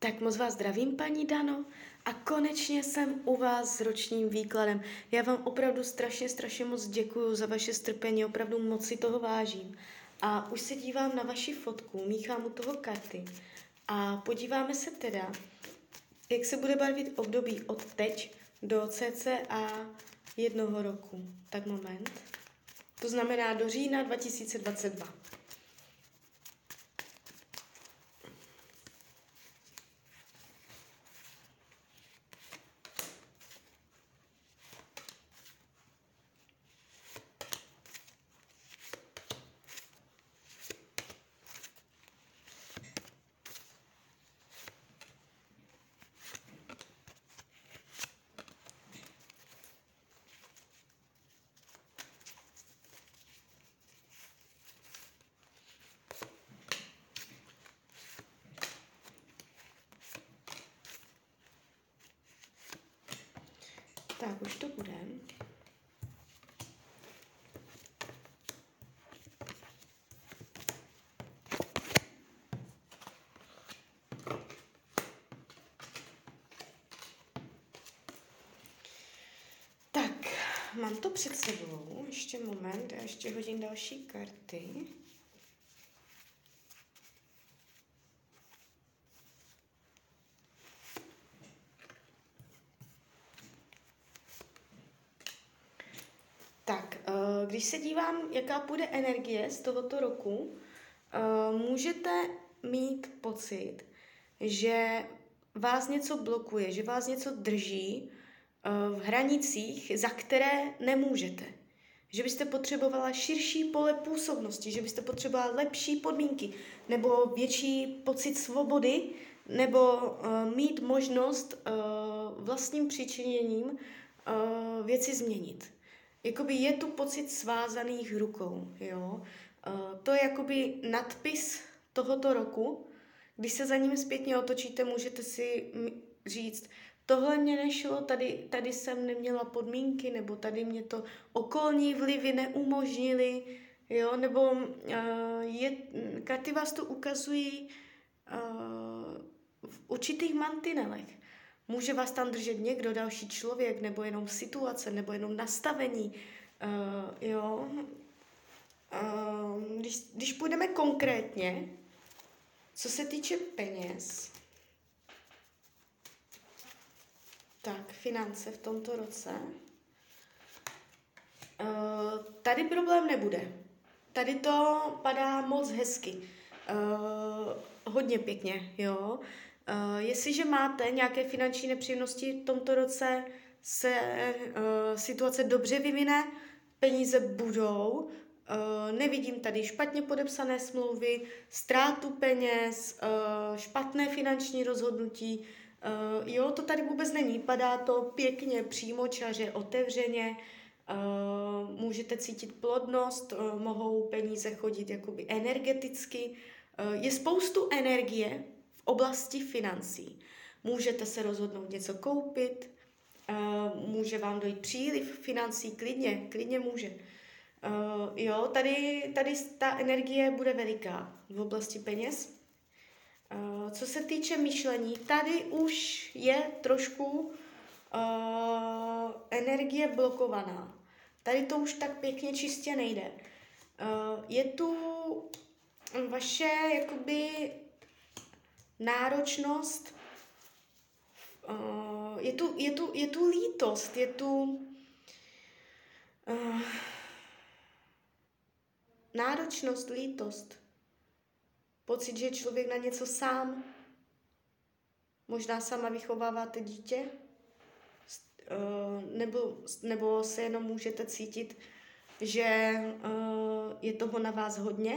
Tak moc vás zdravím, paní Dano, a konečně jsem u vás s ročním výkladem. Já vám opravdu strašně moc děkuju za vaše strpení, opravdu moc si toho vážím. A už se dívám na vaši fotku, míchám u toho karty a podíváme se teda, jak se bude barvit období od teď do cca 1 roku. Tak moment. To znamená do října 2022. Tak, už to bude. Tak, mám to před sebou. Ještě moment, já ještě hodím další karty. Tak, když se dívám, jaká půjde energie z tohoto roku, můžete mít pocit, že vás něco blokuje, že vás něco drží v hranicích, za které nemůžete. Že byste potřebovala širší pole působnosti, že byste potřebovala lepší podmínky, nebo větší pocit svobody, nebo mít možnost vlastním přičiněním věci změnit. Jakoby je tu pocit svázaných rukou, jo. To je jakoby nadpis tohoto roku. Když se za ním zpětně otočíte, můžete si říct, tohle mě nešlo, tady jsem neměla podmínky, nebo tady mě to okolní vlivy neumožnily, jo, nebo karty vás to ukazují v určitých mantinelech. Může vás tam držet někdo, další člověk, nebo jenom situace, nebo jenom nastavení, jo. Když půjdeme konkrétně, co se týče peněz, tak finance v tomto roce, tady problém nebude. Tady to padá moc hezky, hodně pěkně, jo. Jestliže máte nějaké finanční nepříjemnosti v tomto roce, se situace dobře vyvine, peníze budou, nevidím tady špatně podepsané smlouvy, ztrátu peněz, špatné finanční rozhodnutí, jo, to tady vůbec není, padá to pěkně, přímočaře, otevřeně, můžete cítit plodnost, mohou peníze chodit jakoby energeticky, je spoustu energie v oblasti financí. Můžete se rozhodnout něco koupit, může vám dojít příliv financí, klidně může. Jo, tady ta energie bude veliká v oblasti peněz. Co se týče myšlení, tady už je trošku energie blokovaná. Tady to už tak pěkně čistě nejde. Je tu vaše jakoby náročnost, je tu lítost, je tu náročnost, lítost, pocit, že je člověk na něco sám, možná sama vychováváte dítě, nebo se jenom můžete cítit, že je toho na vás hodně.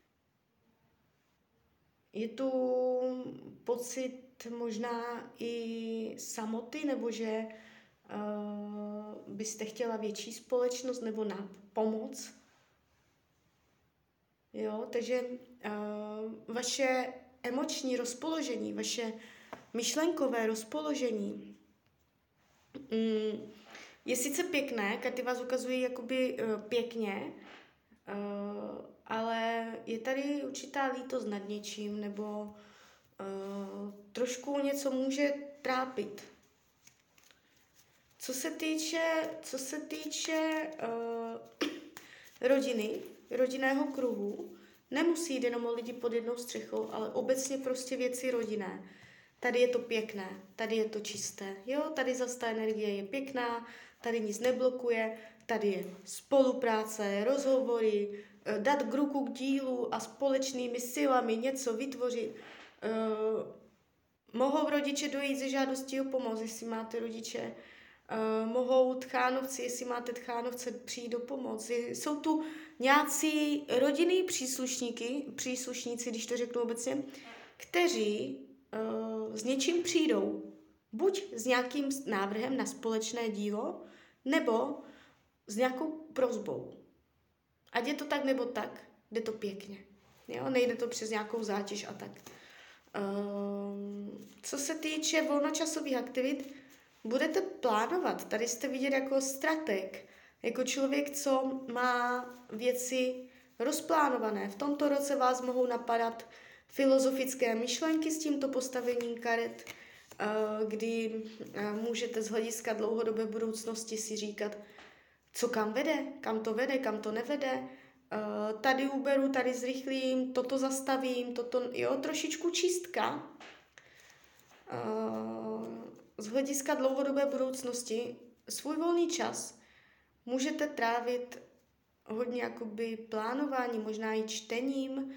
Je tu pocit možná i samoty, nebo že byste chtěla větší společnost nebo na pomoc. Jo, takže vaše emoční rozpoložení, vaše myšlenkové rozpoložení je sice pěkné, karty vás ukazují jakoby pěkně, ale je tady určitá lítost nad něčím, nebo trošku něco může trápit. Co se týče rodiny, rodinného kruhu, nemusí jít jenom o lidi pod jednou střechou, ale obecně prostě věci rodinné. Tady je to pěkné, tady je to čisté, jo, tady zase ta energie je pěkná, tady nic neblokuje, tady je spolupráce, rozhovory, dát ruku k dílu a společnými silami něco vytvořit. Mohou rodiče dojít ze žádostí o pomoc, jestli máte rodiče, mohou tchánovci, jestli máte tchánovce, přijít do pomoci. Jsou tu nějací rodinní příslušníci, když to řeknu obecně, kteří s něčím přijdou. Buď s nějakým návrhem na společné dílo, nebo s nějakou prosbou. Ať je to tak nebo tak, jde to pěkně. Jo? Nejde to přes nějakou zátěž a tak. Co se týče volnočasových aktivit, budete plánovat. Tady jste vidět jako strateg, jako člověk, co má věci rozplánované. V tomto roce vás mohou napadat filozofické myšlenky s tímto postavením karet, kdy můžete z hlediska dlouhodobé budoucnosti si říkat, co kam vede, kam to nevede, tady uberu, tady zrychlím, toto zastavím, trošičku čistka. Z hlediska dlouhodobé budoucnosti svůj volný čas můžete trávit hodně jakoby plánování, možná i čtením,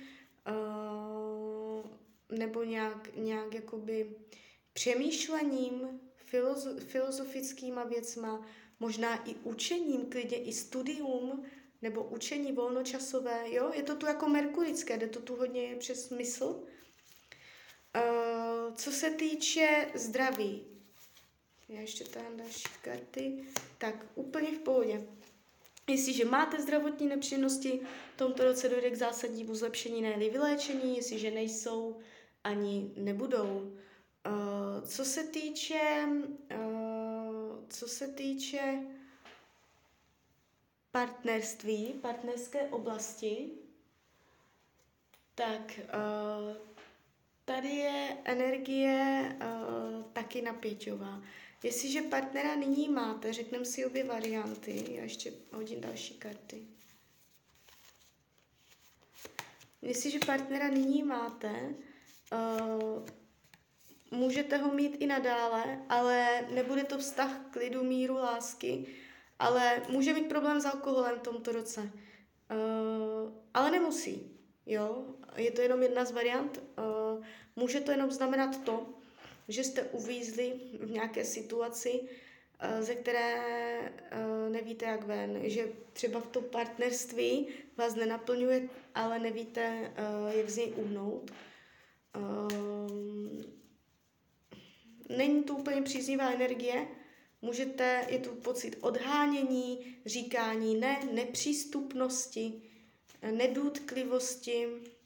nebo nějak jakoby přemýšlením, filozofickýma věcma, možná i učením, klidně i studium, nebo učení volnočasové, jo? Je to tu jako merkurické, jde to tu hodně přes mysl. Co se týče zdraví, já ještě tam další karty, tak úplně v pohodě. Jestliže máte zdravotní nepříjemnosti, v tomto roce dojde k zásadnímu zlepšení, ne-li vyléčení, jestliže nejsou, ani nebudou. Co se týče partnerství, partnerské oblasti, tak tady je energie taky napěťová. Jestliže partnera nyní máte, řekneme si obě varianty, já ještě hodím další karty. Jestliže partnera nyní máte, můžete ho mít i nadále, ale nebude to vztah klidu, míru, lásky, ale může mít problém s alkoholem v tomto roce. Ale nemusí, jo. Je to jenom jedna z variant. Může to jenom znamenat to, že jste uvízli v nějaké situaci, ze které nevíte, jak ven. Že třeba v tom partnerství vás nenaplňuje, ale nevíte, jak z něj uhnout. Není to úplně příznivá energie, je tu pocit odhánění, říkání ne, nepřístupnosti, nedůtklivosti,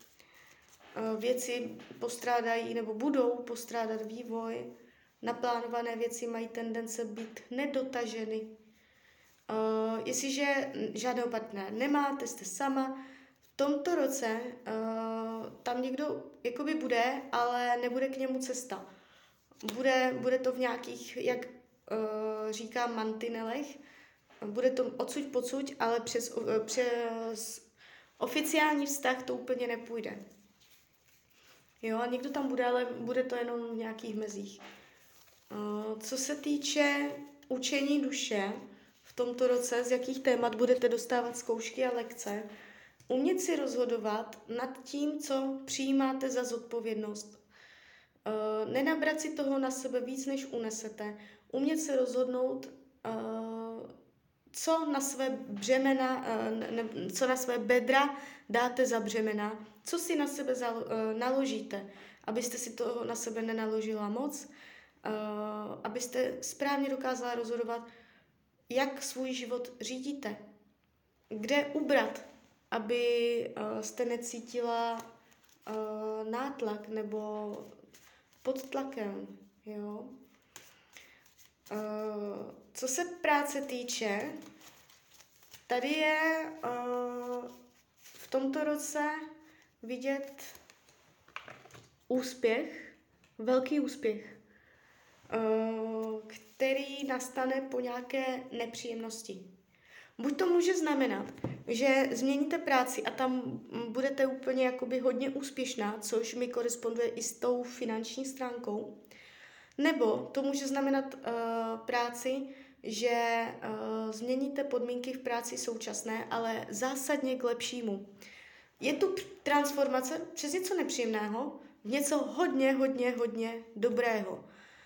věci postrádají nebo budou postrádat vývoj, naplánované věci mají tendence být nedotaženy. Jestliže žádného partnera nemáte, jste sama, v tomto roce tam někdo jakoby bude, ale nebude k němu cesta. Bude to v nějakých, jak říkám, mantinelech, bude to odsud pocud, ale přes oficiální vztah to úplně nepůjde. Jo, a někdo tam bude, ale bude to jenom v nějakých mezích. Co se týče učení duše, v tomto roce, z jakých témat budete dostávat zkoušky a lekce, umět si rozhodovat nad tím, co přijímáte za zodpovědnost. Nenabrat si toho na sebe víc, než unesete. Umět se rozhodnout, co na své bedra dáte za břemena, co si na sebe naložíte, abyste si toho na sebe nenaložila moc, abyste správně dokázala rozhodovat, jak svůj život řídíte, kde ubrat, aby jste necítila nátlak nebo pod tlakem. Jo? Co se práce týče, tady je v tomto roce vidět úspěch velký úspěch, který nastane po nějaké nepříjemnosti. Buď to může znamenat, že změníte práci a tam budete úplně jakoby hodně úspěšná, což mi koresponduje i s tou finanční stránkou, nebo to může znamenat práci, že změníte podmínky v práci současné, ale zásadně k lepšímu. Je tu transformace přes něco nepříjemného v něco hodně dobrého.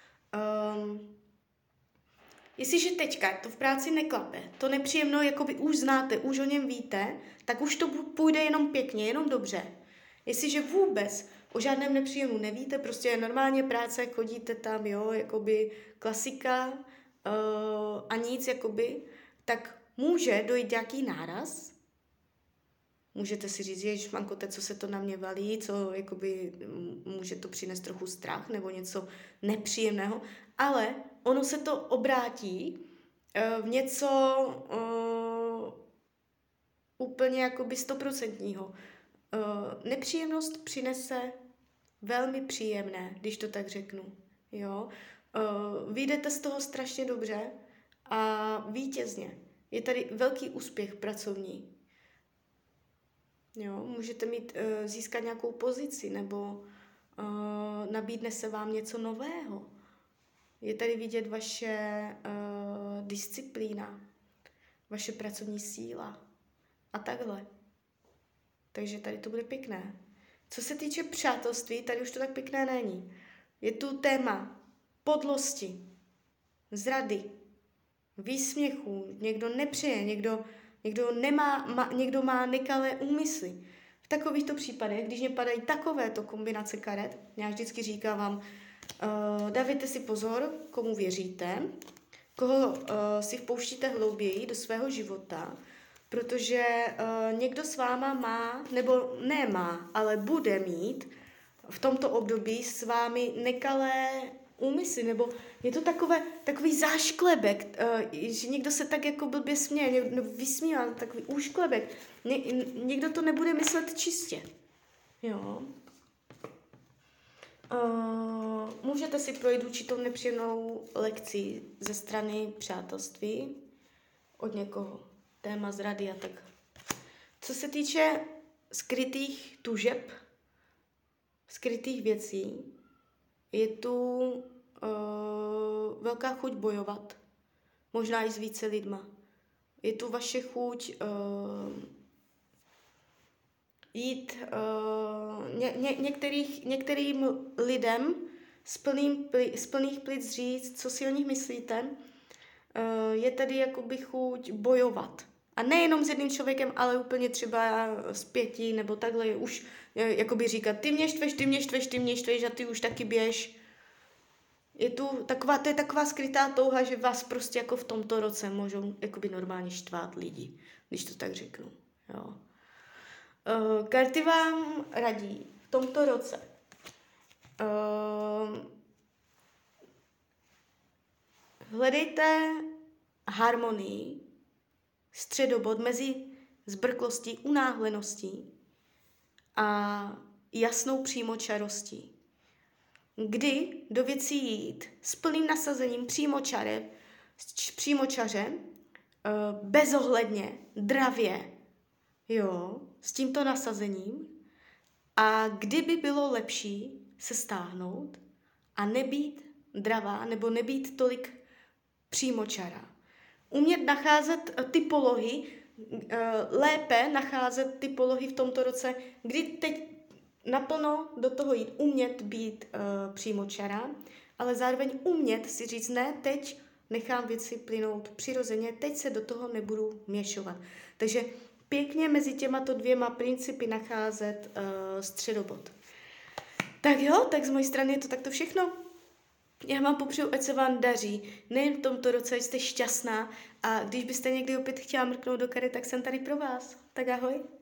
Jestliže teďka to v práci neklape, to nepříjemno jakoby už znáte, už o něm víte, tak už to půjde jenom pěkně, jenom dobře. Jestliže vůbec o žádném nepříjemnu nevíte, prostě je normálně práce, chodíte tam, jo, jakoby klasika a nic, jakoby, tak může dojít nějaký náraz. Můžete si říct, ježišmanko, co se to na mě valí, co jakoby může to přinést trochu strach nebo něco nepříjemného, ale ono se to obrátí v něco úplně jakoby 100%. Nepříjemnost přinese velmi příjemné, když to tak řeknu. Jo? Vyjdete z toho strašně dobře a vítězně. Je tady velký úspěch pracovní. Jo? Můžete získat nějakou pozici nebo nabídne se vám něco nového. Je tady vidět vaše disciplína, vaše pracovní síla a takhle. Takže tady to bude pěkné. Co se týče přátelství, tady už to tak pěkné není. Je tu téma podlosti, zrady, výsměchů, někdo nepřeje, někdo má nekalé úmysly. V takovýchto případech, když mě padají takovéto kombinace karet, já vždycky říkám, dávejte si pozor, komu věříte, koho si vpouštíte hlouběji do svého života, protože někdo s váma má, nebo nemá, ale bude mít v tomto období s vámi nekalé úmysly, nebo je to takový zášklebek, že někdo se tak jako blbě směje, nebo vysmívá, takový úšklebek. Někdo to nebude myslet čistě. Jo. Můžete si projít určitou nepříjemnou lekci ze strany přátelství od někoho. Téma zrady a tak. Co se týče skrytých tužeb, skrytých věcí, je tu velká chuť bojovat, možná i s více lidma. Je tu vaše chuť jít některým lidem z plných plic říct, co si o nich myslíte. Je tady jakoby chuť bojovat. A nejenom s jedním člověkem, ale úplně třeba s 5 nebo takhle už jakoby říkat, ty mě štveš a ty už taky běž. To je taková skrytá touha, že vás prostě jako v tomto roce můžou jakoby normálně štvát lidi, když to tak řeknu. Jo. Karty vám radí v tomto roce hledejte harmonii, středobod mezi zbrklostí, unáhleností a jasnou přímočarostí. Kdy do věcí jít s plným nasazením přímočaře, bezohledně, dravě, jo, s tímto nasazením, a kdyby bylo lepší se stáhnout a nebýt dravá nebo nebýt tolik přímočará. Umět nacházet ty polohy, lépe nacházet ty polohy v tomto roce, kdy teď naplno do toho jít, umět být přímočará, ale zároveň umět si říct, ne, teď nechám věci plynout přirozeně, teď se do toho nebudu měšovat. Takže pěkně mezi těmato 2 principy nacházet středobod. Tak jo, tak z mojej strany je to takto všechno. Já vám popřeju, ať se vám daří, nejen v tomto roce, ať jste šťastná, a když byste někdy opět chtěla mrknout do karet, tak jsem tady pro vás. Tak ahoj.